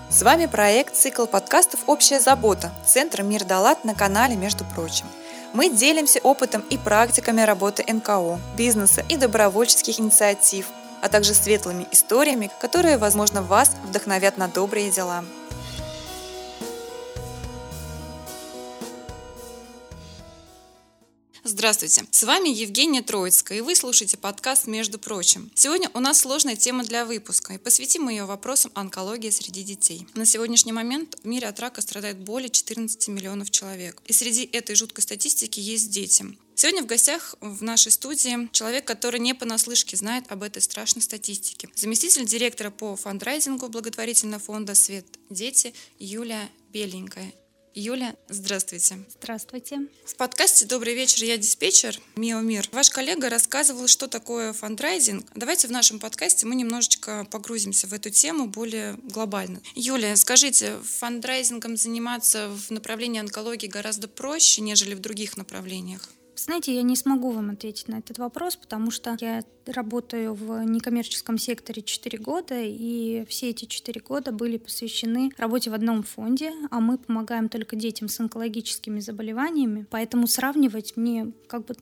С вами проект «Цикл подкастов «Общая забота» Центра «Мир Далат» на канале «Между прочим». Мы делимся опытом и практиками работы НКО, бизнеса и добровольческих инициатив, а также светлыми историями, которые, возможно, вас вдохновят на добрые дела. Здравствуйте, с вами Евгения Троицкая, и вы слушаете подкаст «Между прочим». Сегодня у нас сложная тема для выпуска, и посвятим мы ее вопросам онкологии среди детей. На сегодняшний момент в мире от рака страдает более 14 миллионов человек, и среди этой жуткой статистики есть дети. Сегодня в гостях в нашей студии человек, который не понаслышке знает об этой страшной статистике. Заместитель директора по фандрайзингу благотворительного фонда «Свет Дети» Юлия Беленькая. Юля, здравствуйте. Здравствуйте. В подкасте «Добрый вечер, я диспетчер» МИО МИР ваш коллега рассказывал, что такое фандрайзинг. Давайте в нашем подкасте мы немножечко погрузимся в эту тему более глобально. Юля, скажите, фандрайзингом заниматься в направлении онкологии гораздо проще, нежели в других направлениях? Знаете, я не смогу вам ответить на этот вопрос, потому что я работаю в некоммерческом секторе 4 года, и все эти 4 года были посвящены работе в одном фонде, а мы помогаем только детям с онкологическими заболеваниями, поэтому сравнивать мне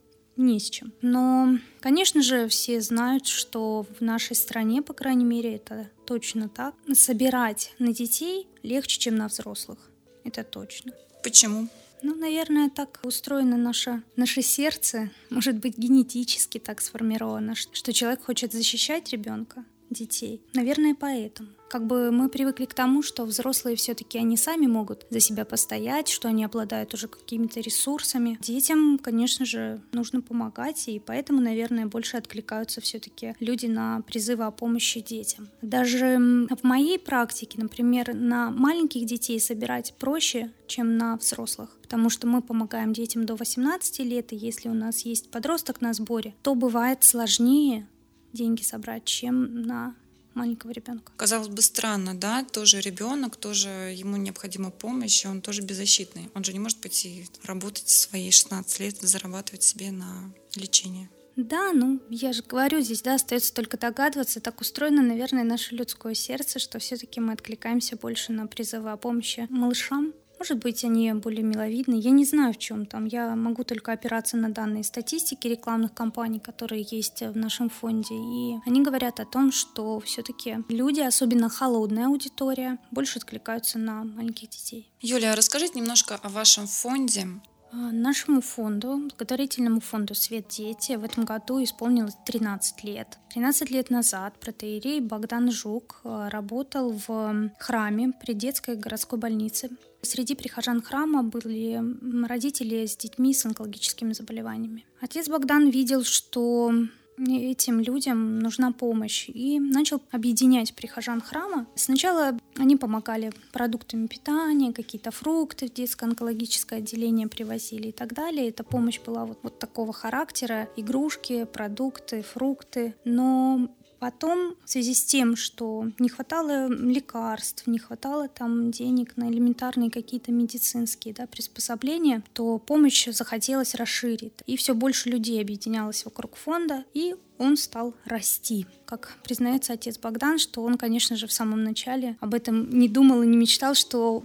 не с чем. Но, конечно же, все знают, что в нашей стране, по крайней мере, это точно так, собирать на детей легче, чем на взрослых. Это точно. Почему? Наверное, так устроено наше сердце, может быть, генетически так сформировано, что человек хочет защищать ребенка, детей. Наверное, поэтому. Мы привыкли к тому, что взрослые все-таки они сами могут за себя постоять, что они обладают уже какими-то ресурсами. Детям, конечно же, нужно помогать, и поэтому, наверное, больше откликаются все-таки люди на призывы о помощи детям. Даже в моей практике, например, на маленьких детей собирать проще, чем на взрослых, потому что мы помогаем детям до 18 лет, и если у нас есть подросток на сборе, то бывает сложнее деньги собрать, чем на маленького ребенка. Казалось бы, странно, да? Тоже ребенок, тоже ему необходима помощь, и он тоже беззащитный. Он же не может пойти работать в свои 16 лет, зарабатывать себе на лечение. Да, я же говорю, здесь, остается только догадываться. Так устроено, наверное, наше людское сердце, что все-таки мы откликаемся больше на призывы о помощи малышам. Может быть, они более миловидны. Я не знаю, в чем там. Я могу только опираться на данные статистики рекламных кампаний, которые есть в нашем фонде. И они говорят о том, что все-таки люди, особенно холодная аудитория, больше откликаются на маленьких детей. Юлия, расскажите немножко о вашем фонде. Нашему фонду, благотворительному фонду «Свет Дети», в этом году исполнилось 13 лет. 13 лет назад протоиерей Богдан Жук работал в храме при детской городской больнице. Среди прихожан храма были родители с детьми с онкологическими заболеваниями. Отец Богдан видел, что этим людям нужна помощь, и начал объединять прихожан храма. Сначала они помогали продуктами питания, какие-то фрукты в детское онкологическое отделение привозили и так далее. Эта помощь была вот такого характера: игрушки, продукты, фрукты. Но потом, в связи с тем, что не хватало лекарств, не хватало денег на элементарные какие-то медицинские приспособления, то помощь захотелось расширить. И все больше людей объединялось вокруг фонда, и он стал расти. Как признается отец Богдан, что он, конечно же, в самом начале об этом не думал и не мечтал, что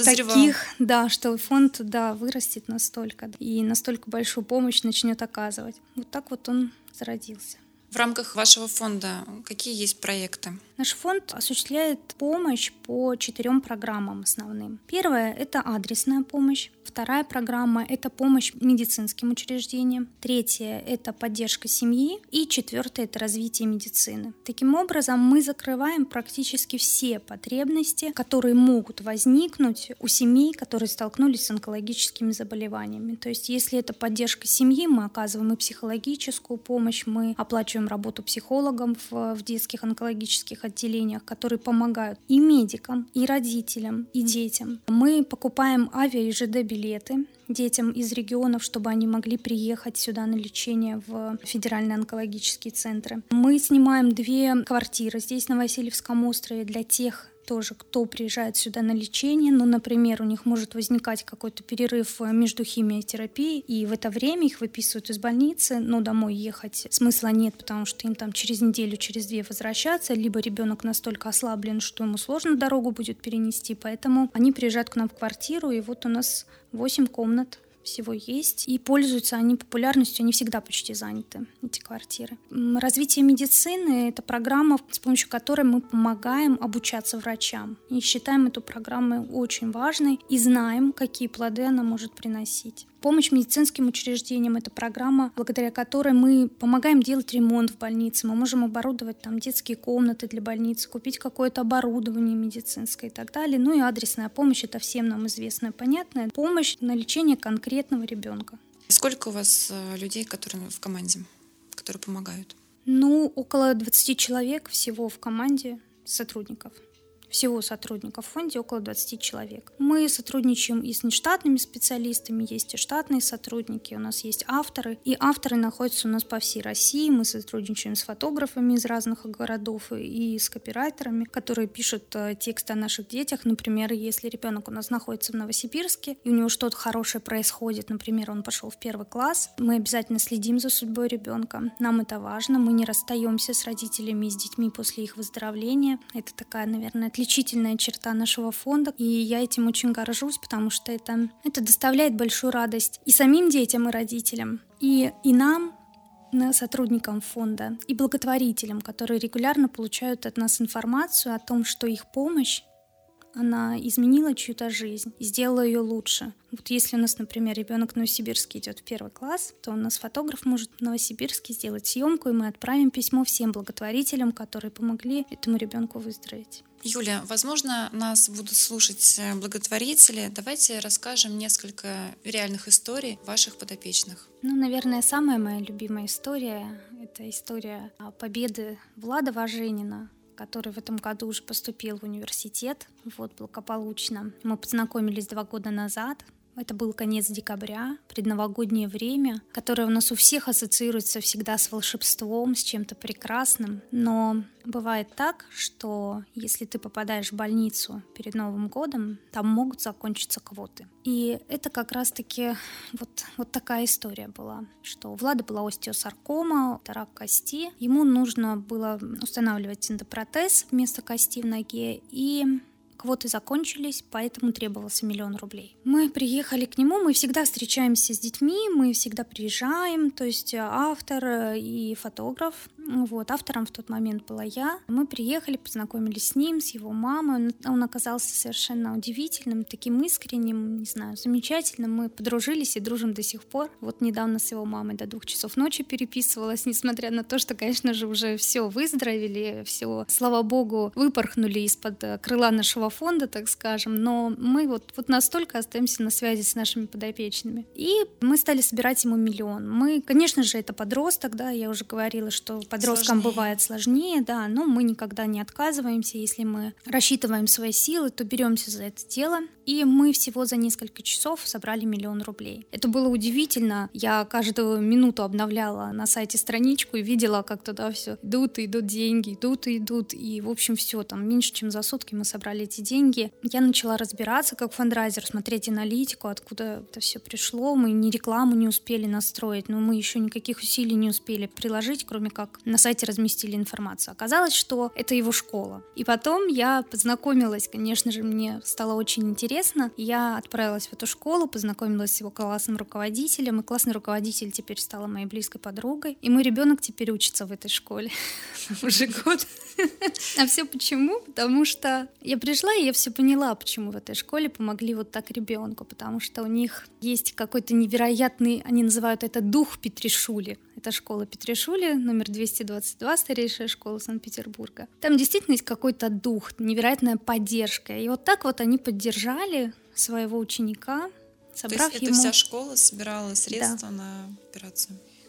что фонд вырастет настолько и настолько большую помощь начнет оказывать. Вот так вот он зародился. В рамках вашего фонда какие есть проекты? Наш фонд осуществляет помощь по 4 программам основным. Первая – это адресная помощь. Вторая программа – это помощь медицинским учреждениям. Третья – это поддержка семьи. И четвертая – это развитие медицины. Таким образом, мы закрываем практически все потребности, которые могут возникнуть у семей, которые столкнулись с онкологическими заболеваниями. То есть, если это поддержка семьи, мы оказываем и психологическую помощь, мы оплачиваем работу психологов в детских онкологических отделениях, которые помогают и медикам, и родителям, и детям. Мы покупаем авиа- и ЖД-билеты детям из регионов, чтобы они могли приехать сюда на лечение в федеральные онкологические центры. Мы снимаем 2 квартиры здесь, на Васильевском острове, для тех тоже, кто приезжает сюда на лечение. Ну, например, у них может возникать какой-то перерыв между химиотерапией, и в это время их выписывают из больницы, но домой ехать смысла нет, потому что им там через неделю, через 2 возвращаться, либо ребенок настолько ослаблен, что ему сложно дорогу будет перенести, поэтому они приезжают к нам в квартиру, и вот у нас 8 комнат всего есть, и пользуются они популярностью, они всегда почти заняты, эти квартиры. Развитие медицины — это программа, с помощью которой мы помогаем обучаться врачам, и считаем эту программу очень важной, и знаем, какие плоды она может приносить. Помощь медицинским учреждениям — это программа, благодаря которой мы помогаем делать ремонт в больнице. Мы можем оборудовать там детские комнаты для больницы, купить какое-то оборудование медицинское и так далее. Ну и адресная помощь — это всем нам известная, понятная помощь на лечение конкретного ребенка. Сколько у вас людей, которые в команде, которые помогают? Ну, около 20 человек всего в команде сотрудников. Всего сотрудников в фонде около 20 человек. Мы сотрудничаем и с нештатными специалистами, есть и штатные сотрудники, у нас есть авторы. И авторы находятся у нас по всей России. Мы сотрудничаем с фотографами из разных городов и с копирайтерами, которые пишут тексты о наших детях. Например, если ребенок у нас находится в Новосибирске, и у него что-то хорошее происходит, например, он пошел в 1 класс, мы обязательно следим за судьбой ребенка. Нам это важно, мы не расстаемся с родителями и с детьми после их выздоровления. Это такая, наверное, отличительная черта нашего фонда, и я этим очень горжусь, потому что это доставляет большую радость и самим детям, и родителям, и нам, сотрудникам фонда, и благотворителям, которые регулярно получают от нас информацию о том, что их помощь, она изменила чью-то жизнь, сделала ее лучше. Вот если у нас, например, ребенок в Новосибирске идет в 1 класс, то у нас фотограф может в Новосибирске сделать съемку, и мы отправим письмо всем благотворителям, которые помогли этому ребенку выздороветь. Юля, возможно, нас будут слушать благотворители. Давайте расскажем несколько реальных историй ваших подопечных. Ну, наверное, самая моя любимая история — это история победы Влада Важенина, который в этом году уже поступил в университет, благополучно. Мы познакомились 2 года назад. Это был конец декабря, предновогоднее время, которое у нас у всех ассоциируется всегда с волшебством, с чем-то прекрасным. Но бывает так, что если ты попадаешь в больницу перед Новым годом, там могут закончиться квоты. И это как раз-таки вот такая история была, что у Влада была остеосаркома, это рак кости. Ему нужно было устанавливать эндопротез вместо кости в ноге, и квоты закончились, поэтому требовался 1 000 000 рублей. Мы приехали к нему, мы всегда встречаемся с детьми, мы всегда приезжаем, то есть автор и фотограф. Автором в тот момент была я. Мы приехали, познакомились с ним, с его мамой. Он оказался совершенно удивительным, таким искренним, не знаю, замечательным. Мы подружились и дружим до сих пор. Недавно с его мамой до 2 часов ночи переписывалась, несмотря на то, что, конечно же, уже все выздоровели, все, слава богу, выпорхнули из-под крыла нашего фонда, так скажем, но мы настолько остаемся на связи с нашими подопечными. И мы стали собирать ему 1 000 000. Мы, конечно же, это подросток, да, я уже говорила, что подросткам бывает сложнее, да, но мы никогда не отказываемся. Если мы рассчитываем свои силы, то беремся за это дело. И мы всего за несколько часов собрали 1 000 000 рублей. Это было удивительно. Я каждую минуту обновляла на сайте страничку и видела, как туда все идут и идут деньги, идут и идут. И, в общем, все, там меньше, чем за сутки мы собрали эти деньги. Я начала разбираться как фандрайзер, смотреть аналитику, откуда это все пришло. Мы ни рекламу не успели настроить, но мы еще никаких усилий не успели приложить, кроме как на сайте разместили информацию. Оказалось, что это его школа. И потом я познакомилась, конечно же, мне стало очень интересно. Я отправилась в эту школу, познакомилась с его классным руководителем, и классный руководитель теперь стала моей близкой подругой. И мой ребенок теперь учится в этой школе уже год. А все почему? Потому что я пришла, и я все поняла, почему в этой школе помогли так ребенку, потому что у них есть какой-то невероятный, они называют это дух Петришули. Это школа Петришули, номер 222, старейшая школа Санкт-Петербурга. Там действительно есть какой-то дух, невероятная поддержка. И так они поддержали своего ученика, собрав ему... То есть эта вся школа собирала средства на операцию?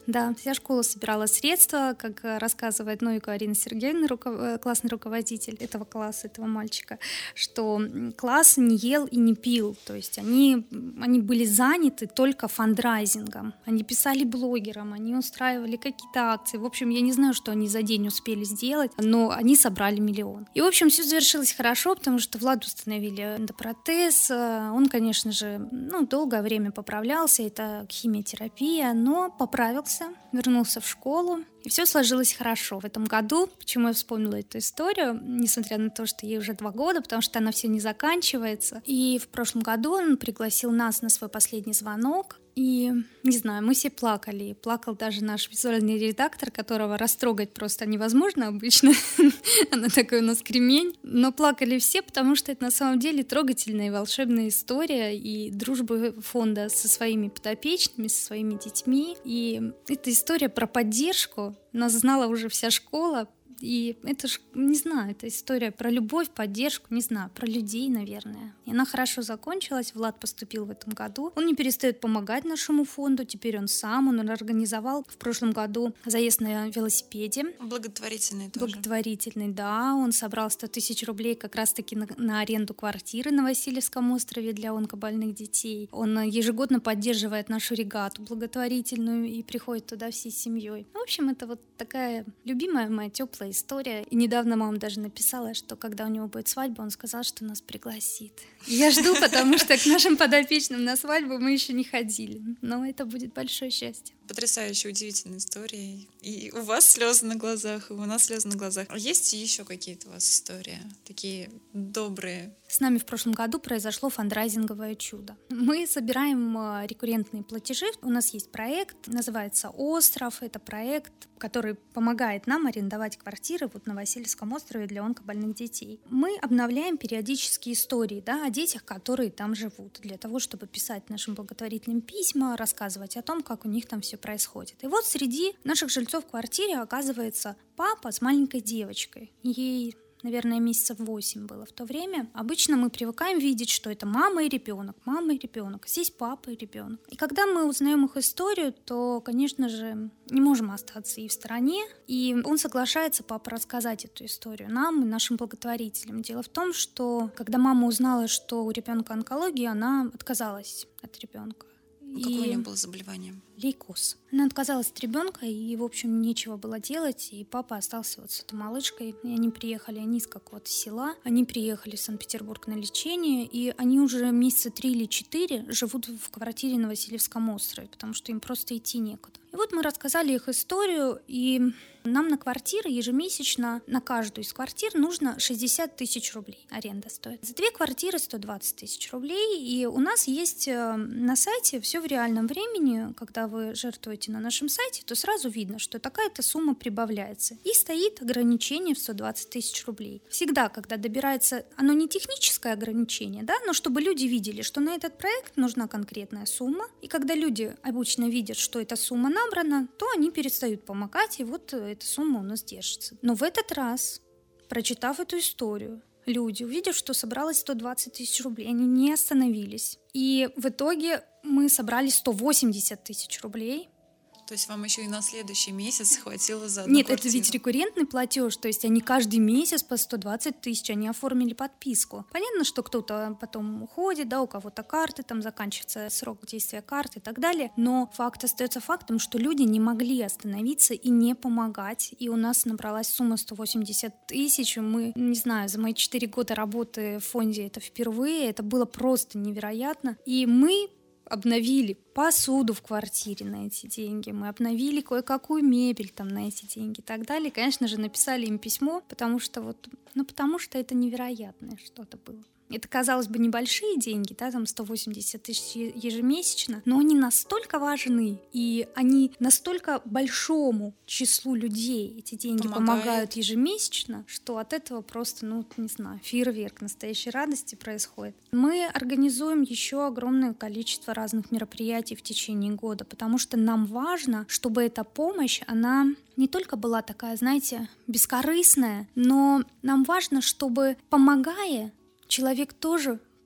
Да, вся школа собирала средства, как рассказывает Новикова Арина Сергеевна, классный руководитель этого класса, этого мальчика, что класс не ел и не пил, то есть они были заняты только фандрайзингом, они писали блогерам, они устраивали какие-то акции, в общем, я не знаю, что они за день успели сделать, но они собрали 1 миллион. И, в общем, все завершилось хорошо, потому что Владу установили эндопротез, он, конечно же, долгое время поправлялся, это химиотерапия, но поправился, вернулся в школу, и все сложилось хорошо. В этом году, почему я вспомнила эту историю, несмотря на то, что ей уже 2 года, потому что она все не заканчивается. И в прошлом году он пригласил нас на свой последний звонок, и, не знаю, мы все плакали. Плакал даже наш визуальный редактор, которого растрогать просто невозможно обычно. Она такой у нас кремень. Но плакали все, потому что это на самом деле трогательная и волшебная история и дружба фонда со своими подопечными, со своими детьми. И эта история про поддержку. Нас знала уже вся школа. И это ж, не знаю, это история про любовь, поддержку, не знаю, про людей, наверное. И она хорошо закончилась, Влад поступил в этом году. Он не перестает помогать нашему фонду, теперь он организовал в прошлом году заезд на велосипеде. Благотворительный тоже. Благотворительный, да. Он собрал 100 000 рублей как раз-таки на аренду квартиры на Васильевском острове для онкобольных детей. Он ежегодно поддерживает нашу регату благотворительную и приходит туда всей семьей. В общем, это вот такая любимая моя теплая история. И недавно мама даже написала, что когда у него будет свадьба, он сказал, что нас пригласит. И я жду, потому что к нашим подопечным на свадьбу мы еще не ходили. Но это будет большое счастье. Потрясающая, удивительная история. И у вас слезы на глазах, и у нас слезы на глазах. А есть еще какие-то у вас истории такие добрые? С нами в прошлом году произошло фандрайзинговое чудо. Мы собираем рекуррентные платежи. У нас есть проект, называется «Остров». Это проект, который помогает нам арендовать квартиры вот на Васильевском острове для онкобольных детей. Мы обновляем периодически истории, да, о детях, которые там живут, для того, чтобы писать нашим благотворительным письма, рассказывать о том, как у них там все происходит. И вот среди наших жильцов в квартире оказывается папа с маленькой девочкой. Ей, наверное, месяцев 8 было в то время. Обычно мы привыкаем видеть, что это мама и ребенок, здесь папа и ребенок. И когда мы узнаем их историю, то, конечно же, не можем остаться и в стороне. И он соглашается, папа, рассказать эту историю нам и нашим благотворителям. Дело в том, что когда мама узнала, что у ребенка онкология, она отказалась от ребенка. Какое у нее было заболевание? Лейкоз. Она отказалась от ребенка, и, в общем, нечего было делать, и папа остался вот с этой малышкой. И они приехали, они из какого-то села, они приехали в Санкт-Петербург на лечение, и они уже месяца 3 или 4 живут в квартире на Васильевском острове, потому что им просто идти некуда. И вот мы рассказали их историю, и нам на квартиры ежемесячно, на каждую из квартир нужно 60 000 рублей. Аренда стоит. За 2 квартиры 120 000 рублей. И у нас есть на сайте все в реальном времени. Когда вы жертвуете на нашем сайте, то сразу видно, что такая-то сумма прибавляется. И стоит ограничение в 120 000 рублей. Всегда, когда добирается, оно не техническое ограничение, да, но чтобы люди видели, что на этот проект нужна конкретная сумма. И когда люди обычно видят, что эта сумма набрана, то они перестают помогать, и вот эта сумма у нас держится. Но в этот раз, прочитав эту историю, люди, увидев, что собралось 120 000 рублей, они не остановились. И в итоге мы собрали 180 000 рублей. То есть вам еще и на следующий месяц хватило за одну Нет, квартиру? это ведь рекуррентный платеж, то есть они каждый месяц по 120 000, они оформили подписку. Понятно, что кто-то потом уходит, да, у кого-то карты, там заканчивается срок действия карты и так далее, но факт остается фактом, что люди не могли остановиться и не помогать, и у нас набралась сумма 180 000, мы, не знаю, за мои 4 года работы в фонде это впервые, это было просто невероятно, и мы обновили посуду в квартире на эти деньги, мы обновили кое-какую мебель там на эти деньги и так далее. Конечно же, написали им письмо, потому что это невероятное что-то было. Это, казалось бы, небольшие деньги, да, там 180 000 ежемесячно, но они настолько важны, и они настолько большому числу людей эти деньги помогают ежемесячно, что от этого просто, не знаю, фейерверк настоящей радости происходит. Мы организуем еще огромное количество разных мероприятий в течение года, потому что нам важно, чтобы эта помощь, она не только была такая, знаете, бескорыстная, но нам важно, чтобы, помогая, человек тоже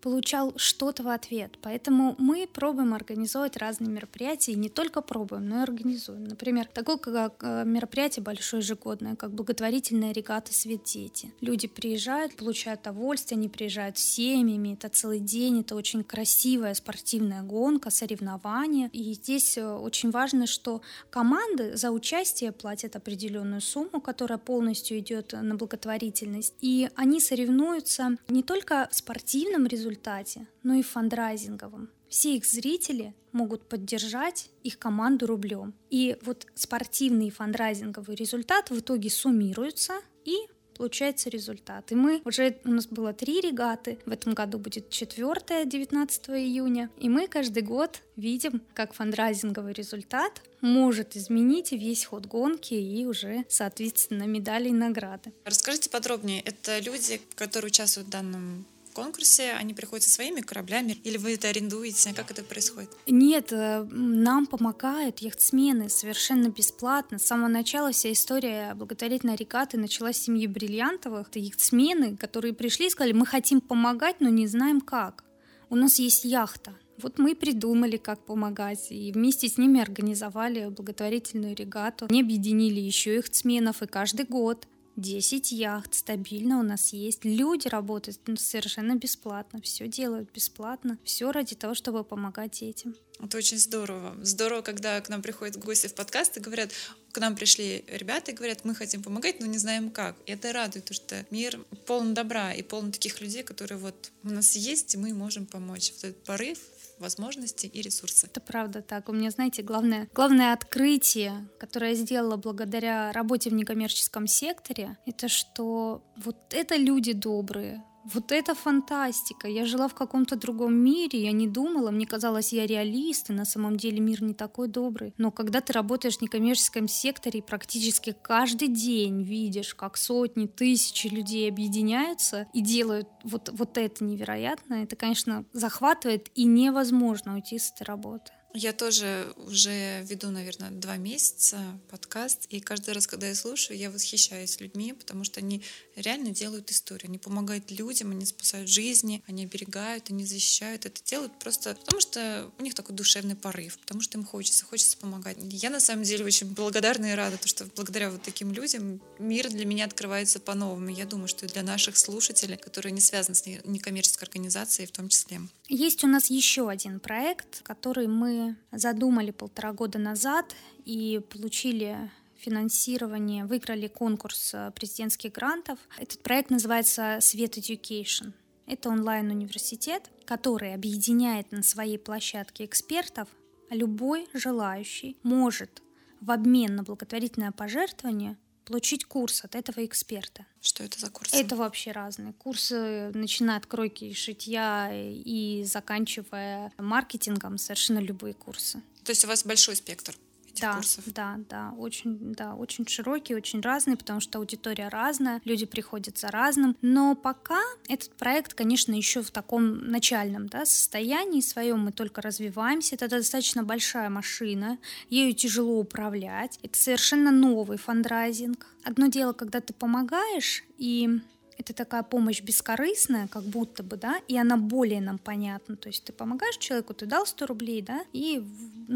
получал что-то в ответ. Поэтому мы пробуем организовать разные мероприятия, и не только пробуем, но и организуем. Например, такое как мероприятие большое ежегодное, как благотворительная регата «Свет дети». Люди приезжают, получают удовольствие, они приезжают с семьями, это целый день, это очень красивая спортивная гонка, соревнования. И здесь очень важно, что команды за участие платят определенную сумму, которая полностью идет на благотворительность. И они соревнуются не только в спортивном результате, но и в фандрайзинговом. Все их зрители могут поддержать их команду рублем. И вот спортивный и фандрайзинговый результат в итоге суммируются, и получается результат. И у нас было 3 регаты, в этом году будет 4-я, 19 июня. И мы каждый год видим, как фандрайзинговый результат может изменить весь ход гонки и уже, соответственно, медали и награды. Расскажите подробнее, это люди, которые участвуют в данном конкурсе, они приходят со своими кораблями, или вы это арендуете? Как это происходит? Нет, нам помогают яхтсмены совершенно бесплатно. С самого начала вся история благотворительной регаты началась с семьи Бриллиантовых. Это яхтсмены, которые пришли и сказали: мы хотим помогать, но не знаем как. У нас есть яхта. Вот мы придумали, как помогать, и вместе с ними организовали благотворительную регату. Они объединили еще яхтсменов, и каждый год 10 яхт стабильно у нас есть. Люди работают совершенно бесплатно, все делают бесплатно, все ради того, чтобы помогать детям. Это очень здорово. Здорово, когда к нам приходят гости в подкаст и говорят: к нам пришли ребята и говорят: мы хотим помогать, но не знаем как. И это радует, потому что мир полон добра и полон таких людей, которые вот у нас есть, и мы можем помочь. Вот этот порыв, возможности и ресурсы. Это правда так. У меня, знаете, главное открытие, которое я сделала благодаря работе в некоммерческом секторе, это что вот это люди добрые. Вот это фантастика. Я жила в каком-то другом мире, я не думала, мне казалось, я реалист, и на самом деле мир не такой добрый. Но когда ты работаешь в некоммерческом секторе и практически каждый день видишь, как сотни, тысячи людей объединяются и делают вот это невероятно, это, конечно, захватывает, и невозможно уйти с этой работы. Я тоже уже веду, наверное, 2 месяца подкаст, и каждый раз, когда я слушаю, я восхищаюсь людьми, потому что они реально делают историю, они помогают людям, они спасают жизни, они оберегают, они защищают. Это делают просто потому, что у них такой душевный порыв, потому что им хочется помогать. Я на самом деле очень благодарна и рада, что благодаря вот таким людям мир для меня открывается по-новому. Я думаю, что и для наших слушателей, которые не связаны с некоммерческой организацией в том числе. Есть у нас еще один проект, который мы задумали 1,5 года назад и получили финансирование, выиграли конкурс президентских грантов. Этот проект называется «Свет Education». Это онлайн-университет, который объединяет на своей площадке экспертов. Любой желающий может в обмен на благотворительное пожертвование получить курс от этого эксперта. Что это за курсы? Это вообще разные курсы, начиная от кройки и шитья и заканчивая маркетингом, совершенно любые курсы. То есть у вас большой спектр этих курсов? Да, очень широкий, очень разный, потому что аудитория разная, люди приходят за разным. Но пока этот проект, конечно, еще в таком начальном состоянии своем, мы только развиваемся. Это достаточно большая машина, ею тяжело управлять. Это совершенно новый фандрайзинг. Одно дело, когда ты помогаешь, и это такая помощь бескорыстная, как будто бы, и она более нам понятна. То есть ты помогаешь человеку, ты дал 100 рублей, и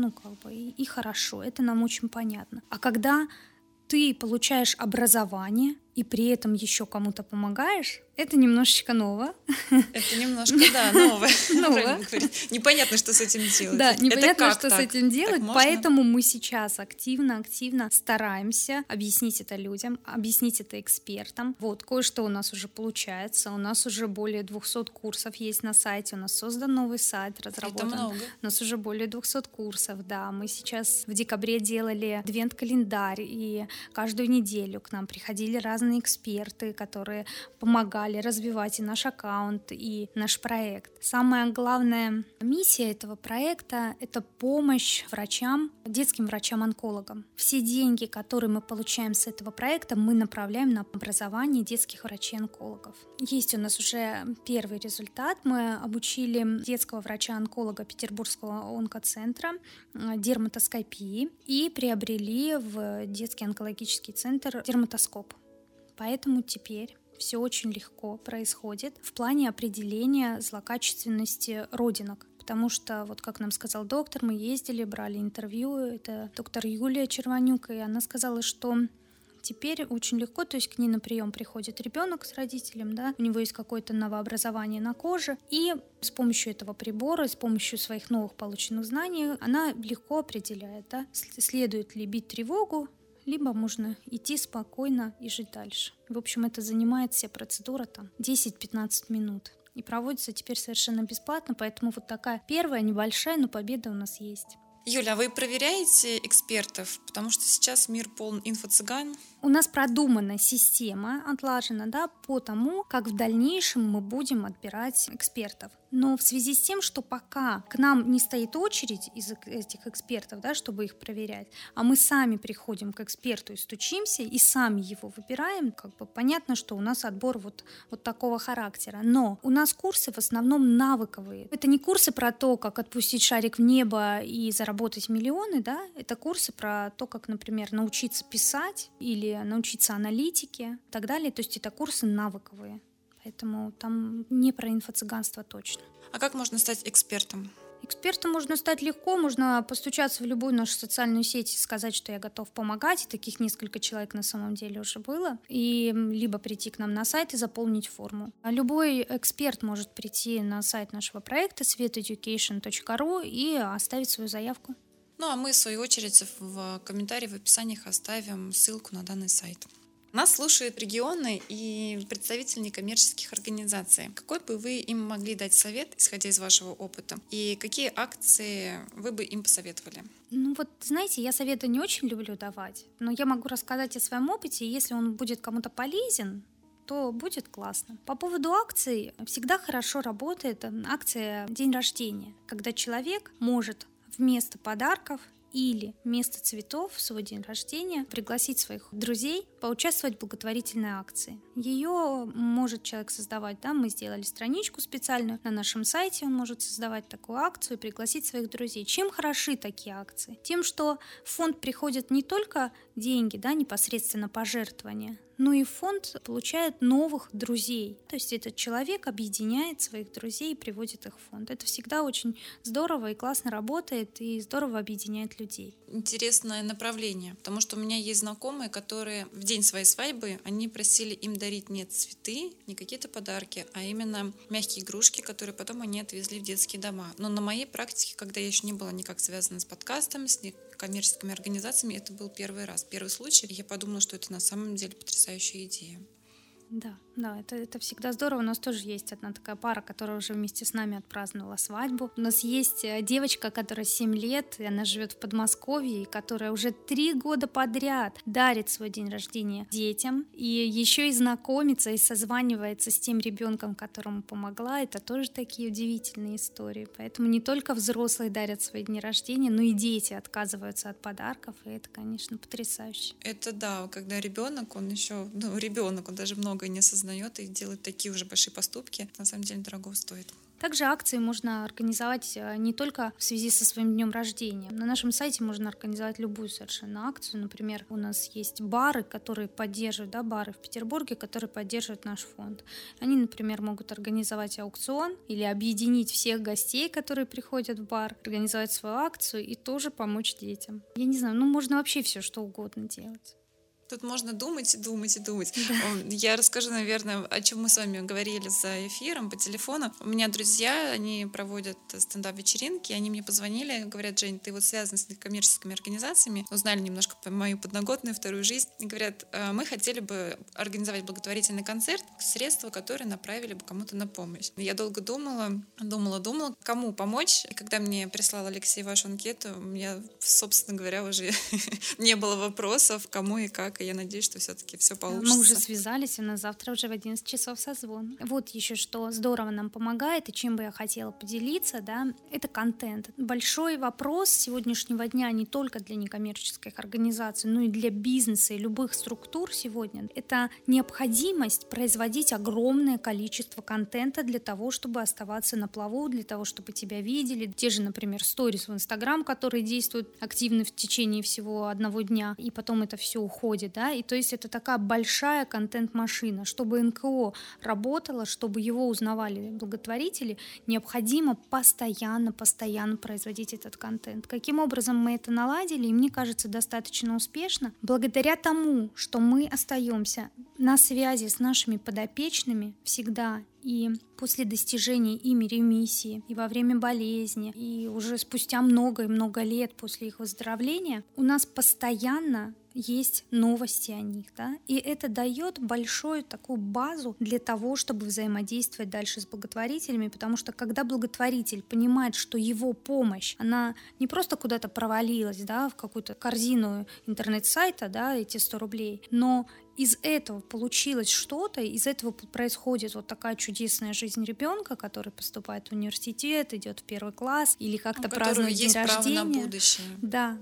хорошо, это нам очень понятно. А когда ты получаешь образование и при этом еще кому-то помогаешь, это немножечко ново. Это немножко, новое. Непонятно, что с этим делать. Да, непонятно, что с этим делать, поэтому мы сейчас активно стараемся объяснить это людям, объяснить это экспертам. Вот, кое-что у нас уже получается, у нас уже более 200 курсов есть на сайте, у нас создан новый сайт, разработан. Это много. У нас уже более 200 курсов, мы сейчас в декабре делали адвент-календарь, и каждую неделю к нам приходили разные эксперты, которые помогали развивать и наш аккаунт, и наш проект. Самая главная миссия этого проекта — это помощь врачам, детским врачам-онкологам. Все деньги, которые мы получаем с этого проекта, мы направляем на образование детских врачей-онкологов. Есть у нас уже первый результат. Мы обучили детского врача-онколога Петербургского онкоцентра дерматоскопии и приобрели в детский онкологический центр дерматоскоп. Поэтому теперь все очень легко происходит в плане определения злокачественности родинок. Потому что, вот как нам сказал доктор, мы ездили, брали интервью, это доктор Юлия Червонюк, и она сказала, что теперь очень легко, то есть к ней на прием приходит ребенок с родителем, да, у него есть какое-то новообразование на коже, и с помощью этого прибора, с помощью своих новых полученных знаний она легко определяет, да, следует ли бить тревогу, либо можно идти спокойно и жить дальше. В общем, это занимает вся процедура там 10-15 минут. И проводится теперь совершенно бесплатно, поэтому вот такая первая небольшая, но победа у нас есть. Юля, а вы проверяете экспертов? Потому что сейчас мир полон инфо-цыган. У нас продумана система, отлажена, да, по тому, как в дальнейшем мы будем отбирать экспертов. Но в связи с тем, что пока к нам не стоит очередь из этих экспертов, да, чтобы их проверять, а мы сами приходим к эксперту и стучимся, и сами его выбираем, как бы понятно, что у нас отбор вот такого характера. Но у нас курсы в основном навыковые. Это не курсы про то, как отпустить шарик в небо и заработать миллионы, да, это курсы про то, как, например, научиться писать или научиться аналитике и так далее. То есть это курсы навыковые. Поэтому там не про инфо-цыганство точно. А как можно стать экспертом? Экспертом можно стать легко, можно постучаться в любую нашу социальную сеть и сказать, что я готов помогать. И таких несколько человек на самом деле уже было. И либо прийти к нам на сайт и заполнить форму. Любой эксперт может прийти на сайт нашего проекта sweteducation.ru и оставить свою заявку. Ну а мы, в свою очередь, в комментариях, в описаниях оставим ссылку на данный сайт. Нас слушают регионы и представители некоммерческих организаций. Какой бы вы им могли дать совет, исходя из вашего опыта? И какие акции вы бы им посоветовали? Ну вот, знаете, я советы не очень люблю давать, но я могу рассказать о своем опыте, и если он будет кому-то полезен, то будет классно. По поводу акций, всегда хорошо работает акция «День рождения», когда человек может вместо подарков или вместо цветов в свой день рождения пригласить своих друзей поучаствовать в благотворительной акции. Ее может человек создавать, да, мы сделали страничку специальную на нашем сайте, он может создавать такую акцию и пригласить своих друзей. Чем хороши такие акции? Тем, что в фонд приходят не только деньги, да, непосредственно пожертвования, но и фонд получает новых друзей. То есть этот человек объединяет своих друзей и приводит их в фонд. Это всегда очень здорово и классно работает, и здорово объединяет людей. Интересное направление, потому что у меня есть знакомые, которые в день своей свадьбы, они просили им дарить не цветы, не какие-то подарки, а именно мягкие игрушки, которые потом они отвезли в детские дома. Но на моей практике, когда я еще не была никак связана с подкастом, с коммерческими организациями, это был первый раз, первый случай. И я подумала, что это на самом деле потрясающая идея. Да, это всегда здорово. У нас тоже есть одна такая пара, которая уже вместе с нами отпраздновала свадьбу. У нас есть девочка, которая 7 лет, и она живет в Подмосковье, и которая уже 3 года подряд дарит свой день рождения детям, и еще и знакомится, и созванивается с тем ребенком, которому помогла. Это тоже такие удивительные истории. Поэтому не только взрослые дарят свои дни рождения, но и дети отказываются от подарков, и это, конечно, потрясающе. Это да, когда ребенок, он еще, ребенок, он даже многое не осознает и делает такие уже большие поступки, на самом деле дорого стоит. Также акции можно организовать не только в связи со своим днем рождения. На нашем сайте можно организовать любую совершенно акцию. Например, у нас есть бары, которые поддерживают, да, бары в Петербурге, которые поддерживают наш фонд. Они, например, могут организовать аукцион или объединить всех гостей, которые приходят в бар, организовать свою акцию и тоже помочь детям. Я не знаю, можно вообще все, что угодно делать. Тут можно думать. Да. Я расскажу, наверное, о чем мы с вами говорили за эфиром по телефону. У меня друзья, они проводят стендап-вечеринки, они мне позвонили, говорят: Жень, ты вот связана с некоммерческими организациями, узнали немножко по мою подноготную вторую жизнь, и говорят: мы хотели бы организовать благотворительный концерт, средства, которые направили бы кому-то на помощь. Я долго думала, кому помочь, и когда мне прислал Алексей вашу анкету, у меня, собственно говоря, уже не было вопросов, кому и как. И я надеюсь, что все-таки все получится. Мы уже связались, у нас завтра уже в 11 часов созвон. Вот еще что здорово нам помогает, и чем бы я хотела поделиться, да, это контент. Большой вопрос сегодняшнего дня не только для некоммерческих организаций, но и для бизнеса и любых структур сегодня. Это необходимость производить огромное количество контента для того, чтобы оставаться на плаву, для того, чтобы тебя видели. Те же, например, сторис в Инстаграм, которые действуют активно в течение всего одного дня, и потом это все уходит, происходит, да, и то есть это такая большая контент-машина. Чтобы НКО работало, чтобы его узнавали благотворители, необходимо постоянно производить этот контент. Каким образом мы это наладили, и мне кажется, достаточно успешно, благодаря тому, что мы остаемся на связи с нашими подопечными всегда, и после достижения ими ремиссии, и во время болезни, и уже спустя много и много лет после их выздоровления, у нас постоянно есть новости о них, да, и это дает большую такую базу для того, чтобы взаимодействовать дальше с благотворителями, потому что когда благотворитель понимает, что его помощь, она не просто куда-то провалилась, да, в какую-то корзину интернет-сайта, да, эти 100 рублей, но из этого получилось что-то, из этого происходит вот такая чудесная жизнь ребенка, который поступает в университет, идет в 1 класс или как-то празднует день рождения. Право на будущее. Да.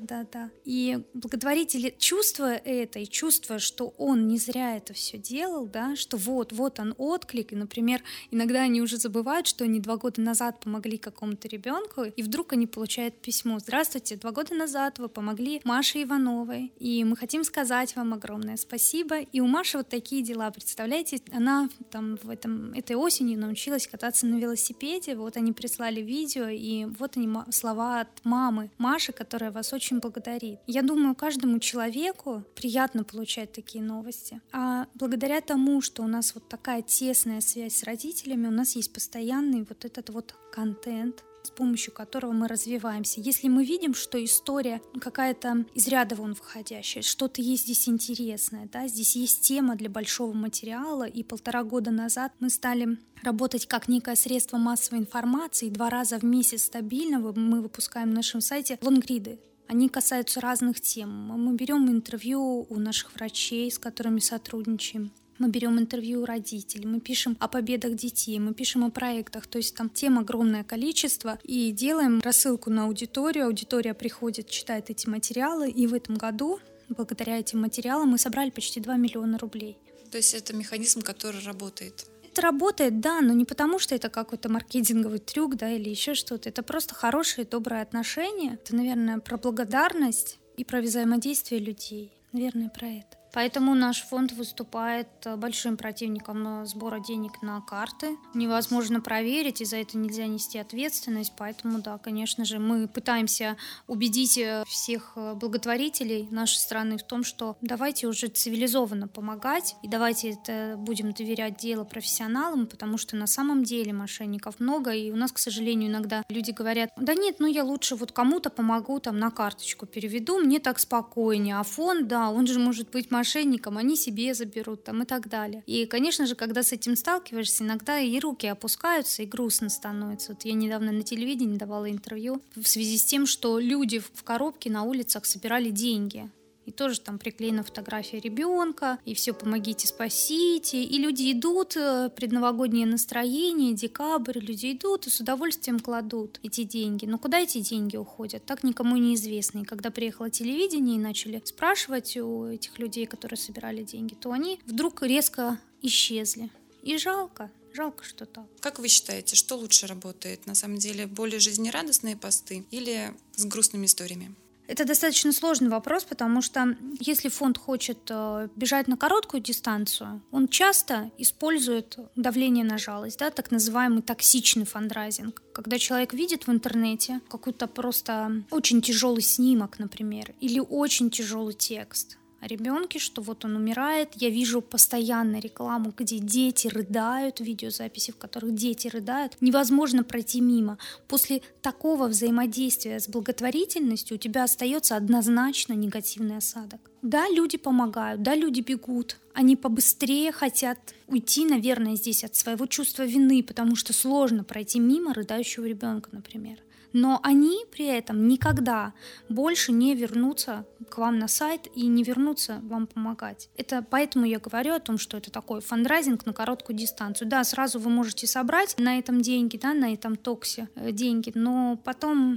И благотворители, чувствуя это и чувствуя, что он не зря это все делал, да, что вот он отклик, и, например, иногда они уже забывают, что они 2 года назад помогли какому-то ребенку, и вдруг они получают письмо: «Здравствуйте, 2 года назад вы помогли Маше Ивановой, и мы хотим сказать вам огромное спасибо». И у Маши вот такие дела, представляете, она там этой осенью научилась кататься на велосипеде, вот они прислали видео, и вот они слова от мамы Маши, которая вас очень благодарит. Я думаю, каждому человеку приятно получать такие новости. А благодаря тому, что у нас вот такая тесная связь с родителями, у нас есть постоянный вот этот вот контент, с помощью которого мы развиваемся. Если мы видим, что история какая-то из ряда вон выходящая, что-то есть здесь интересное, да, здесь есть тема для большого материала, и 1,5 года назад мы стали работать как некое средство массовой информации, 2 раза в месяц стабильно мы выпускаем на нашем сайте лонгриды. Они касаются разных тем. Мы берем интервью у наших врачей, с которыми сотрудничаем. Мы берем интервью у родителей, мы пишем о победах детей, мы пишем о проектах, то есть там тем огромное количество, и делаем рассылку на аудиторию, аудитория приходит, читает эти материалы, и в этом году, благодаря этим материалам, мы собрали почти 2 миллиона рублей. То есть это механизм, который работает? Это работает, да, но не потому, что это какой-то маркетинговый трюк, да, или еще что-то, это просто хорошие, добрые отношения, это, наверное, про благодарность и про взаимодействие людей, наверное, про это. Поэтому наш фонд выступает большим противником сбора денег на карты. Невозможно проверить, и за это нельзя нести ответственность. Поэтому, да, конечно же, мы пытаемся убедить всех благотворителей нашей страны в том, что давайте уже цивилизованно помогать, и давайте это будем доверять дело профессионалам, потому что на самом деле мошенников много, и у нас, к сожалению, иногда люди говорят: да нет, я лучше вот кому-то помогу, там на карточку переведу, мне так спокойнее, а фонд, да, он же может быть мошенникам, они себе заберут там и так далее. И, конечно же, когда с этим сталкиваешься, иногда и руки опускаются, и грустно становится. Вот я недавно на телевидении давала интервью в связи с тем, что люди в коробке на улицах собирали деньги. И тоже там приклеена фотография ребенка, и все, помогите, спасите. И люди идут, предновогоднее настроение, декабрь, люди идут и с удовольствием кладут эти деньги. Но куда эти деньги уходят? Так никому не известно. И когда приехало телевидение и начали спрашивать у этих людей, которые собирали деньги, то они вдруг резко исчезли. И жалко, что так. Как вы считаете, что лучше работает? На самом деле, более жизнерадостные посты или с грустными историями? Это достаточно сложный вопрос, потому что если фонд хочет бежать на короткую дистанцию, он часто использует давление на жалость, да, так называемый токсичный фандрайзинг. Когда человек видит в интернете какой-то просто очень тяжелый снимок, например, или очень тяжелый текст о ребенке, что вот он умирает. Я вижу постоянно рекламу, где дети рыдают, видеозаписи, в которых дети рыдают. Невозможно пройти мимо. После такого взаимодействия с благотворительностью у тебя остается однозначно негативный осадок. Да, люди помогают, да, люди бегут. Они побыстрее хотят уйти, наверное, здесь от своего чувства вины, потому что сложно пройти мимо рыдающего ребенка, например. Но они при этом никогда больше не вернутся к вам на сайт и не вернутся вам помогать. Это поэтому я говорю о том, что это такой фандрайзинг на короткую дистанцию. Да, сразу вы можете собрать на этом деньги, да, на этом токсе деньги, но потом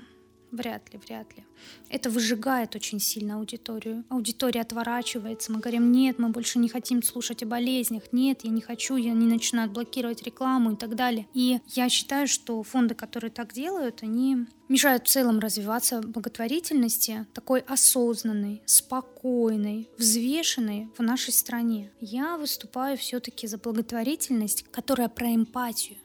Вряд ли. Это выжигает очень сильно аудиторию. Аудитория отворачивается. Мы говорим, нет, мы больше не хотим слушать о болезнях. Нет, я не хочу, и они начинают блокировать рекламу и так далее. И я считаю, что фонды, которые так делают, они мешают в целом развиваться благотворительности, такой осознанной, спокойной, взвешенной в нашей стране. Я выступаю все-таки за благотворительность, которая про эмпатию.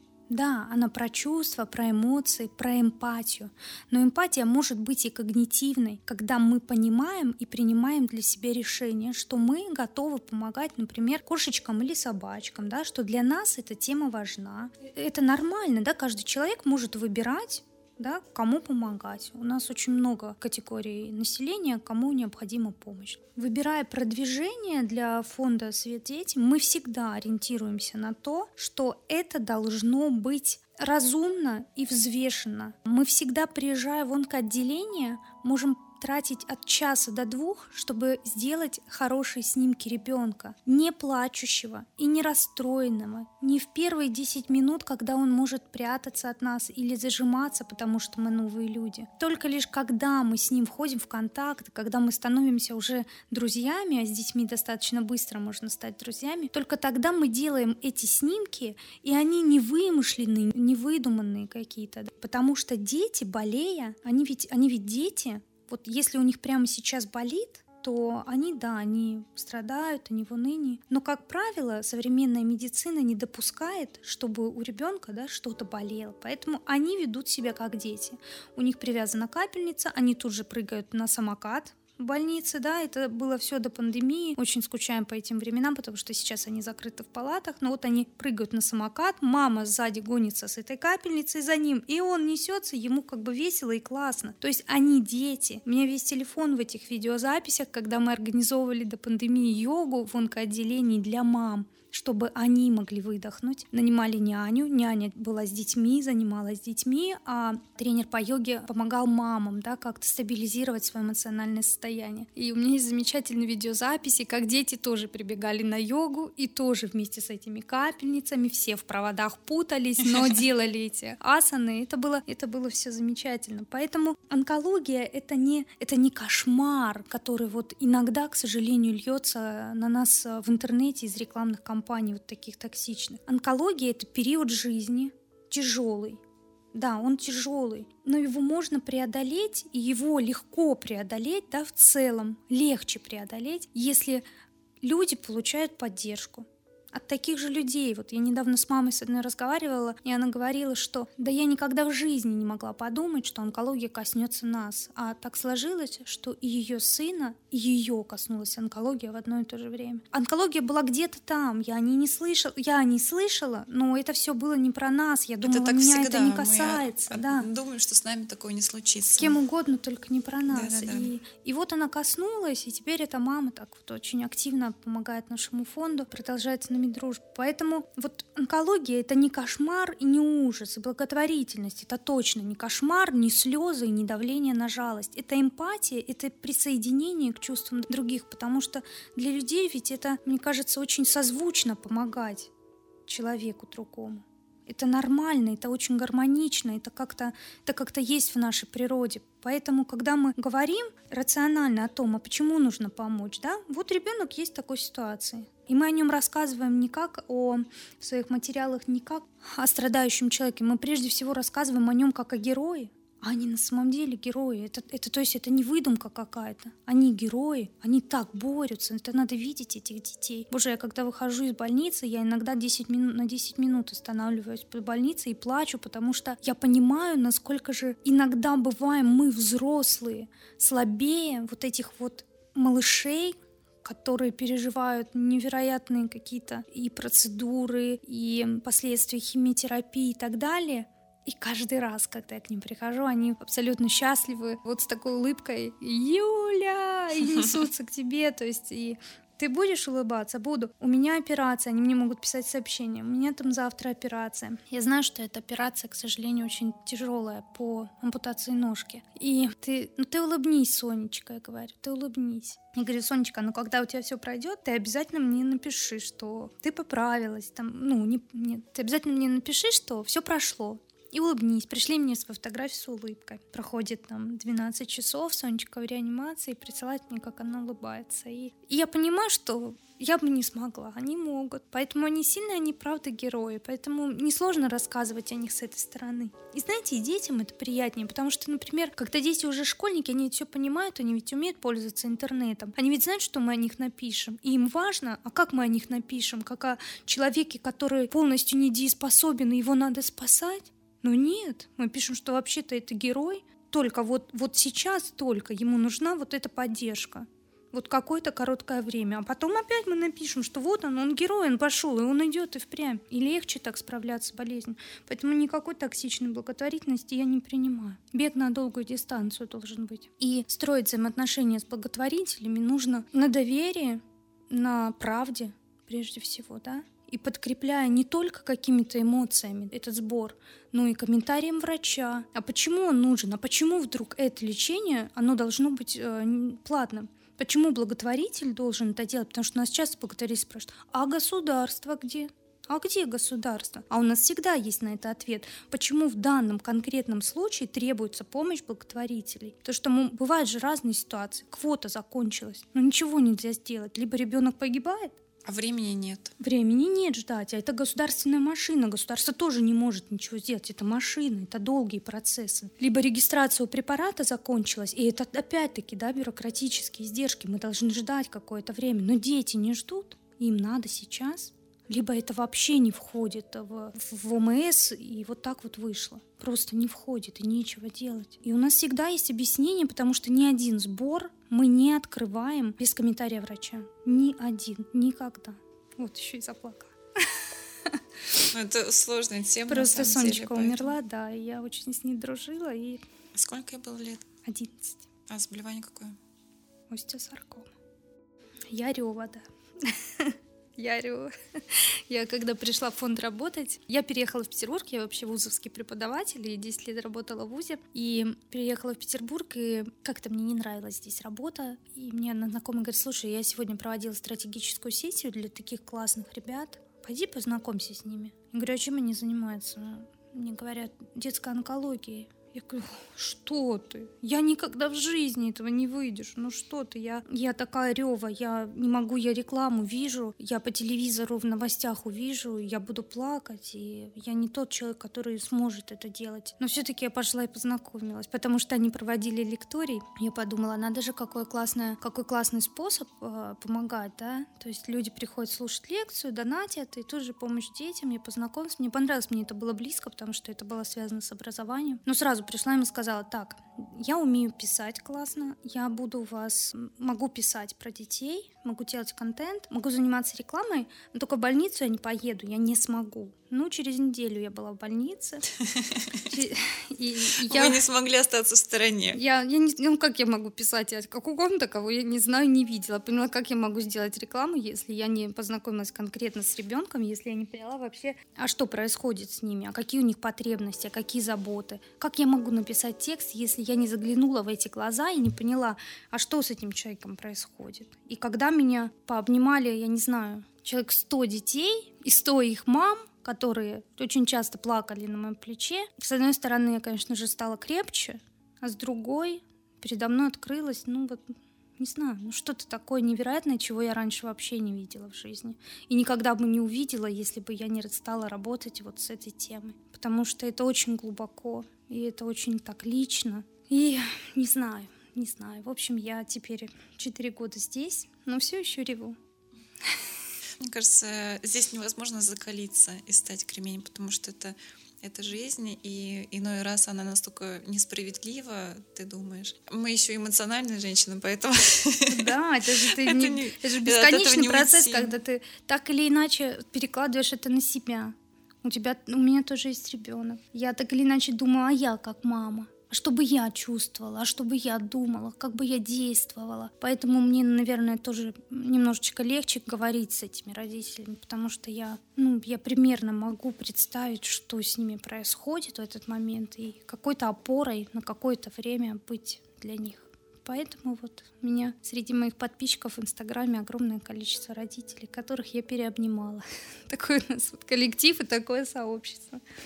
Да, она про чувства, про эмоции, про эмпатию. Но эмпатия может быть и когнитивной, когда мы понимаем и принимаем для себя решение, что мы готовы помогать, например, кошечкам или собачкам, да, что для нас эта тема важна. Это нормально, да, каждый человек может выбирать, да, кому помогать. У нас очень много категорий населения, кому необходима помощь. Выбирая продвижение для фонда «Свет детям», мы всегда ориентируемся на то, что это должно быть разумно и взвешенно. Мы всегда, приезжая в онкоотделение, можем тратить от часа до 2, чтобы сделать хорошие снимки ребенка, не плачущего и не расстроенного, не в первые 10 минут, когда он может прятаться от нас или зажиматься, потому что мы новые люди. Только лишь когда мы с ним входим в контакт, когда мы становимся уже друзьями, а с детьми достаточно быстро можно стать друзьями, только тогда мы делаем эти снимки, и они не вымышленные, не выдуманные какие-то. Потому что дети, болея, они ведь дети. Вот если у них прямо сейчас болит, то они страдают, они в унынии. Но, как правило, современная медицина не допускает, чтобы у ребенка, да, что-то болело. Поэтому они ведут себя как дети. У них привязана капельница, они тут же прыгают на самокат в больнице, да, это было все до пандемии. Очень скучаем по этим временам, потому что сейчас они закрыты в палатах, но вот они прыгают на самокат, мама сзади гонится с этой капельницей за ним, и он несется, ему как бы весело и классно. То есть они дети. У меня весь телефон в этих видеозаписях, когда мы организовывали до пандемии йогу в онкоотделении для мам, чтобы они могли выдохнуть. Нанимали няню, няня была с детьми, занималась детьми, а тренер по йоге помогал мамам, да, как-то стабилизировать свое эмоциональное состояние. И у меня есть замечательные видеозаписи, как дети тоже прибегали на йогу и тоже вместе с этими капельницами, все в проводах путались, но делали эти асаны. Это было все замечательно. Поэтому онкология это не кошмар, который вот иногда, к сожалению, льется на нас в интернете из рекламных кампаний вот таких токсичных. Онкология — это период жизни тяжелый. Да, он тяжелый, но его можно преодолеть, и его легко преодолеть, да, в целом легче преодолеть, если люди получают поддержку от таких же людей. Вот я недавно с мамой с одной разговаривала, и она говорила, что да я никогда в жизни не могла подумать, что онкология коснется нас. А так сложилось, что и ее сына, и ее коснулась онкология в одно и то же время. Онкология была где-то там, я не слышала, но это все было не про нас. Я думала, меня всегда, это не касается. Мы думаем, что с нами такое не случится. С кем угодно, только не про нас. Да. И вот она коснулась, и теперь эта мама так вот очень активно помогает нашему фонду, продолжает с нами дружбу. Поэтому вот онкология — это не кошмар и не ужас, и благотворительность — это точно не кошмар, не слезы и не давление на жалость. Это эмпатия, это присоединение к чувствам других, потому что для людей ведь это, мне кажется, очень созвучно помогать человеку другому. Это нормально, это очень гармонично, это как-то есть в нашей природе. Поэтому, когда мы говорим рационально о том, а почему нужно помочь, да, вот ребенок есть в такой ситуации. И мы о нем рассказываем не как в своих материалах, не как о страдающем человеке. Мы прежде всего рассказываем о нем как о герое. А они на самом деле герои. То есть это не выдумка какая-то. Они герои, они так борются. Это надо видеть этих детей. Боже, я когда выхожу из больницы, я иногда на 10 минут останавливаюсь в больнице и плачу, потому что я понимаю, насколько же иногда бываем мы, взрослые, слабее вот этих вот малышей, которые переживают невероятные какие-то и процедуры, и последствия химиотерапии и так далее. И каждый раз, когда я к ним прихожу, они абсолютно счастливы, вот с такой улыбкой «Юля!» и несутся к тебе, то есть и ты будешь улыбаться? Буду. У меня операция, они мне могут писать сообщения. У меня там завтра операция. Я знаю, что эта операция, к сожалению, очень тяжелая по ампутации ножки. И ты улыбнись, Сонечка, я говорю, ты улыбнись. Я говорю, Сонечка, когда у тебя все пройдет, ты обязательно мне напиши, что ты поправилась. Ты обязательно мне напиши, что все прошло. и улыбнись. Пришли мне фотографию с улыбкой. Проходит там 12 часов, Сонечка в реанимации, и присылает мне, как она улыбается. И я понимаю, что я бы не смогла, они могут. Поэтому они сильные, они правда герои. Поэтому несложно рассказывать о них с этой стороны. И знаете, и детям это приятнее, потому что, например, когда дети уже школьники, они все понимают, они ведь умеют пользоваться интернетом. Они ведь знают, что мы о них напишем. И им важно, а как мы о них напишем? Как о человеке, который полностью недееспособен, и его надо спасать? Но нет, мы пишем, что вообще-то это герой. Только вот сейчас только ему нужна вот эта поддержка. Вот какое-то короткое время. А потом опять мы напишем, что вот он герой, он пошел, и он идет и впрямь. И легче так справляться с болезнью. Поэтому никакой токсичной благотворительности я не принимаю. Бег на долгую дистанцию должен быть. И строить взаимоотношения с благотворителями нужно на доверии, на правде, прежде всего, да? И подкрепляя не только какими-то эмоциями этот сбор, но и комментарием врача. А почему он нужен? А почему вдруг это лечение, оно должно быть платным? Почему благотворитель должен это делать? Потому что нас часто благотворители спрашивают, а государство где? А где государство? А у нас всегда есть на это ответ. Почему в данном конкретном случае требуется помощь благотворителей? Потому что бывают же разные ситуации. Квота закончилась, но ничего нельзя сделать. Либо ребенок погибает, а времени нет. Времени нет ждать, а это государственная машина. Государство тоже не может ничего сделать. Это машина, это долгие процессы. Либо регистрация препарата закончилась, и это опять-таки, да, бюрократические издержки. Мы должны ждать какое-то время. Но дети не ждут, им надо сейчас. Либо это вообще не входит в ОМС, и вот так вот вышло. Просто не входит, и нечего делать. И у нас всегда есть объяснение, потому что ни один сбор мы не открываем без комментария врача. Ни один. Никогда. Вот еще и заплакала. Это сложная тема. Просто Сонечка умерла, да, и я очень с ней дружила. И... Сколько ей было лет? 11. А заболевание какое? Остеосаркома. Я рёва, да. Я когда пришла в фонд работать, я переехала в Петербург, я вообще вузовский преподаватель, и 10 лет работала в вузе, и переехала в Петербург, и как-то мне не нравилась здесь работа, и мне одна знакомая говорит, слушай, я сегодня проводила стратегическую сессию для таких классных ребят, пойди познакомься с ними. Я говорю, а чем они занимаются? Мне говорят, детская онкология. Я говорю, что ты? Я никогда в жизни этого не выйдешь. Ну что ты? Я такая рёва, я не могу, я рекламу вижу, я по телевизору в новостях увижу, я буду плакать, и я не тот человек, который сможет это делать. Но все-таки я пошла и познакомилась, потому что они проводили лекторий. Я подумала, надо же, какой классный способ помогать, да? То есть люди приходят слушать лекцию, донатят, и тут же помощь детям, я познакомилась. Мне понравилось, мне это было близко, потому что это было связано с образованием. Но сразу пришла им и сказала, так, я умею писать классно, я могу писать про детей, могу делать контент, могу заниматься рекламой, но только в больницу я не поеду, я не смогу. Ну, через неделю я была в больнице. Вы не смогли остаться в стороне. Ну, как я могу писать о ком-то, кого я не знаю, не видела. Поняла, как я могу сделать рекламу, если я не познакомилась конкретно с ребенком, если я не поняла вообще, а что происходит с ними, а какие у них потребности, а какие заботы. Как я могу написать текст, если я не заглянула в эти глаза и не поняла, а что с этим человеком происходит. И когда меня пообнимали, я не знаю, человек 100 детей и 100 их мам, которые очень часто плакали на моем плече. С одной стороны, я, конечно же, стала крепче, а с другой передо мной открылось, не знаю, что-то такое невероятное, чего я раньше вообще не видела в жизни. И никогда бы не увидела, если бы я не стала работать вот с этой темой. Потому что это очень глубоко, и это очень так лично. И не знаю. В общем, я теперь 4 года здесь, но все еще реву. Мне кажется, здесь невозможно закалиться и стать кременем, потому что это жизнь, и иной раз она настолько несправедлива, ты думаешь. Мы еще эмоциональные женщины, поэтому... Да, это же бесконечный процесс, когда ты так или иначе перекладываешь это на себя. У меня тоже есть ребенок. Я так или иначе думаю, а я как мама. А что бы я чувствовала, а что бы я думала, как бы я действовала. Поэтому мне, наверное, тоже немножечко легче говорить с этими родителями, потому что я примерно могу представить, что с ними происходит в этот момент, и какой-то опорой на какое-то время быть для них. Поэтому вот у меня среди моих подписчиков в Инстаграме огромное количество родителей, которых я переобнимала. Такой у нас коллектив и такое сообщество.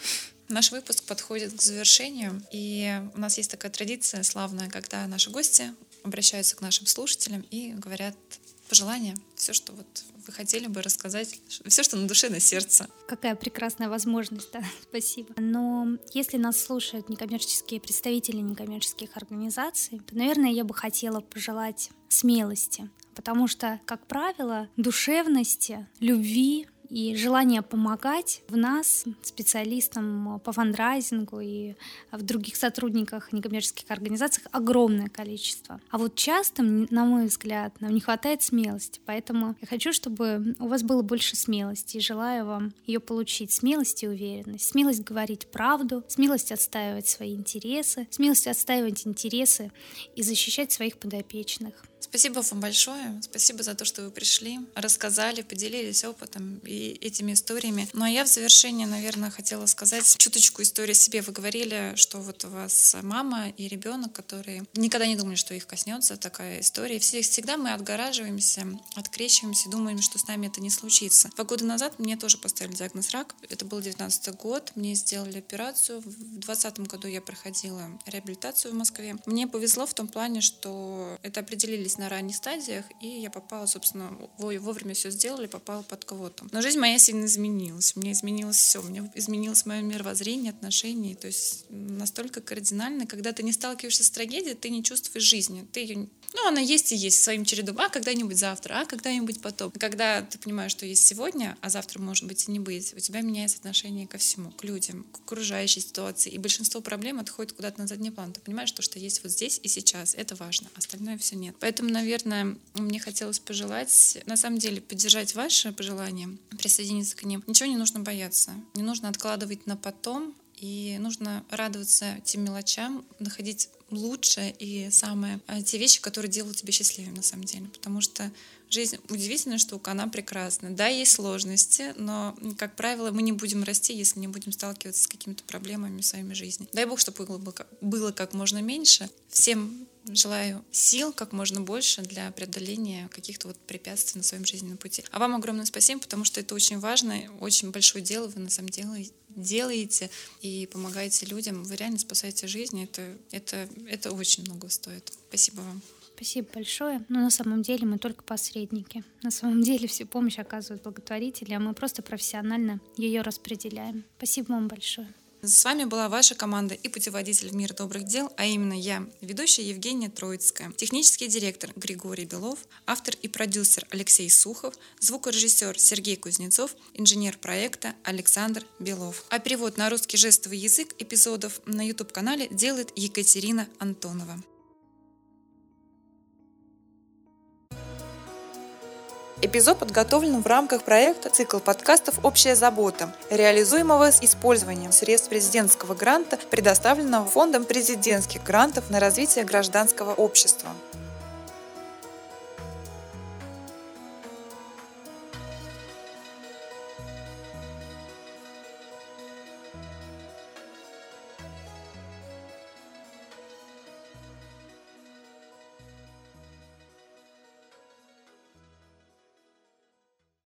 Наш выпуск подходит к завершению, и у нас есть такая традиция славная, когда наши гости обращаются к нашим слушателям и говорят пожелания, все, что вот вы хотели бы рассказать, все, что на душе, на сердце. Какая прекрасная возможность, да, спасибо. Но если нас слушают некоммерческие представители некоммерческих организаций, то, наверное, я бы хотела пожелать смелости, потому что, как правило, душевности, любви и желание помогать в нас, специалистам по фандрайзингу и в других сотрудниках некоммерческих организаций, огромное количество. А вот часто, на мой взгляд, нам не хватает смелости. Поэтому я хочу, чтобы у вас было больше смелости, и желаю вам ее получить. Смелость и уверенность. Смелость говорить правду, смелость отстаивать свои интересы, смелость отстаивать интересы и защищать своих подопечных. Спасибо вам большое. Спасибо за то, что вы пришли, рассказали, поделились опытом и этими историями. Ну а я в завершение, наверное, хотела сказать чуточку истории о себе. Вы говорили, что вот у вас мама и ребенок, которые никогда не думали, что их коснется такая история. И всегда мы отгораживаемся, открещиваемся, думаем, что с нами это не случится. 2 года назад мне тоже поставили диагноз рак. Это был 19-й год. Мне сделали операцию. В 2020 году я проходила реабилитацию в Москве. Мне повезло в том плане, что это определились на ранних стадиях, и я попала, собственно, вовремя все сделали, попала под кого-то. Но жизнь моя сильно изменилась. У меня изменилось все. У меня изменилось мое мировоззрение, отношения. То есть настолько кардинально, когда ты не сталкиваешься с трагедией, ты не чувствуешь жизни. Ты ее... она есть и есть своим чередом. Когда-нибудь завтра, когда-нибудь потом. Когда ты понимаешь, что есть сегодня, а завтра, может быть, и не быть, у тебя меняется отношение ко всему, к людям, к окружающей ситуации. И большинство проблем отходит куда-то на задний план. Ты понимаешь, что есть вот здесь и сейчас. Это важно. Остальное все нет. Поэтому, наверное, мне хотелось пожелать, на самом деле, поддержать ваши пожелания, присоединиться к ним. Ничего не нужно бояться. Не нужно откладывать на потом. И нужно радоваться тем мелочам, находить лучшее и самое, те вещи, которые делают тебя счастливым на самом деле. Потому что жизнь удивительная штука, она прекрасна. Да, есть сложности, но, как правило, мы не будем расти, если не будем сталкиваться с какими-то проблемами в своей жизни. Дай Бог, чтобы было как можно меньше. Всем желаю сил как можно больше для преодоления каких-то вот препятствий на своем жизненном пути. А вам огромное спасибо, потому что это очень важно, очень большое дело вы на самом деле делаете и помогаете людям. Вы реально спасаете жизни. Это очень много стоит. Спасибо вам. Спасибо большое. Но на самом деле мы только посредники. На самом деле всю помощь оказывают благотворители, а мы просто профессионально ее распределяем. Спасибо вам большое. С вами была ваша команда и путеводитель в мир добрых дел, а именно я, ведущая Евгения Троицкая, технический директор Григорий Белов, автор и продюсер Алексей Сухов, звукорежиссер Сергей Кузнецов, инженер проекта Александр Белов. А перевод на русский жестовый язык эпизодов на YouTube-канале делает Екатерина Антонова. Эпизод подготовлен в рамках проекта «Цикл подкастов «Общая забота», реализуемого с использованием средств президентского гранта, предоставленного Фондом президентских грантов на развитие гражданского общества.